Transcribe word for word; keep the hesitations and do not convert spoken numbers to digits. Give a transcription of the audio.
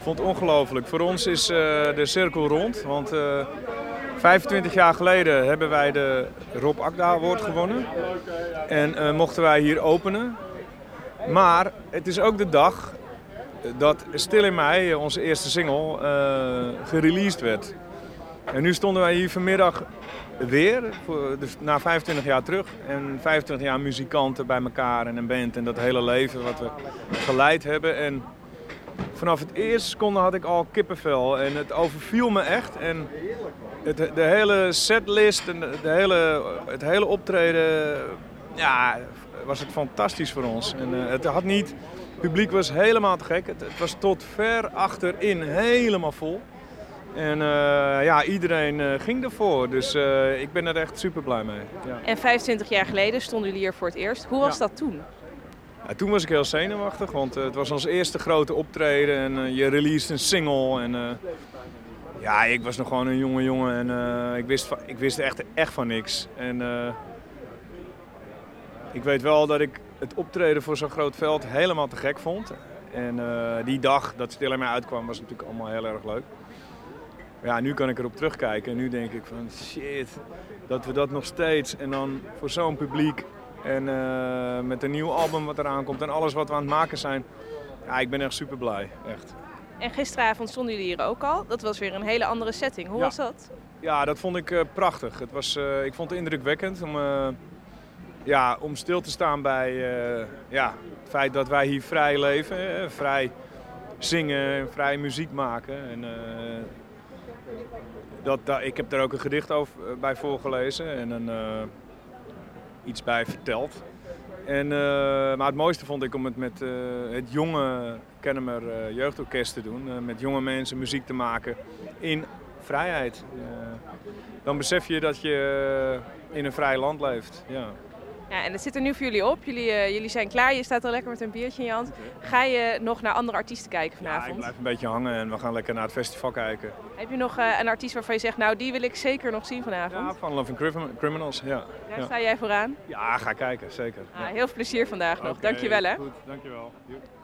Ik vond het ongelooflijk. Voor ons is uh, de cirkel rond, want uh, vijfentwintig jaar geleden hebben wij de Rob Akda Award gewonnen en uh, mochten wij hier openen. Maar het is ook de dag dat Stil in Mij, onze eerste single, uh, gereleased werd. En nu stonden wij hier vanmiddag weer, voor, dus na vijfentwintig jaar terug. En vijfentwintig jaar muzikanten bij elkaar en een band en dat hele leven wat we geleid hebben. En vanaf het eerste seconde had ik al kippenvel en het overviel me echt. En het, de hele setlist en de, de hele, het hele optreden, ja, was het fantastisch voor ons. En, uh, het had niet, het publiek was helemaal te gek. Het, het was tot ver achterin helemaal vol. En uh, ja, iedereen uh, ging ervoor, dus uh, ik ben er echt super blij mee. Ja. En vijfentwintig jaar geleden stonden jullie hier voor het eerst. Hoe was ja. dat toen? Ja, toen was ik heel zenuwachtig, want uh, het was ons eerste grote optreden en uh, je released een single. En, uh, ja, ik was nog gewoon een jonge jongen en uh, ik, wist van, ik wist echt, echt van niks. En, uh, ik weet wel dat ik het optreden voor zo'n groot veld helemaal te gek vond. En uh, die dag dat Stil in Mij uitkwam was natuurlijk allemaal heel erg leuk. Ja, nu kan ik erop terugkijken en nu denk ik van shit, dat we dat nog steeds en dan voor zo'n publiek en uh, met een nieuw album wat eraan komt en alles wat we aan het maken zijn. Ja, ik ben echt super blij, echt. En gisteravond stonden jullie hier ook al. Dat was weer een hele andere setting. Hoe ja. was dat? Ja, dat vond ik uh, prachtig. Het was, uh, ik vond het indrukwekkend om, uh, ja, om stil te staan bij uh, ja, het feit dat wij hier vrij leven, hè, vrij zingen, vrij muziek maken. En, uh, Dat, dat, ik heb daar ook een gedicht over, bij voorgelezen en een, uh, iets bij verteld. En, uh, maar het mooiste vond ik om het met uh, het jonge Kennemer uh, Jeugdorkest te doen. Uh, met jonge mensen muziek te maken in vrijheid. Uh, dan besef je dat je uh, in een vrij land leeft. Ja. Ja, en het zit er nu voor jullie op. Jullie, uh, jullie zijn klaar, je staat al lekker met een biertje in je hand. Ga je nog naar andere artiesten kijken vanavond? Ja, ik blijf een beetje hangen en we gaan lekker naar het festival kijken. Heb je nog uh, een artiest waarvan je zegt, nou die wil ik zeker nog zien vanavond? Ja, van Love and Criminals, ja. Daar ja. sta jij vooraan? Ja, ga kijken, zeker. Ah, heel veel plezier vandaag nog. Okay, dankjewel hè. Goed, dankjewel.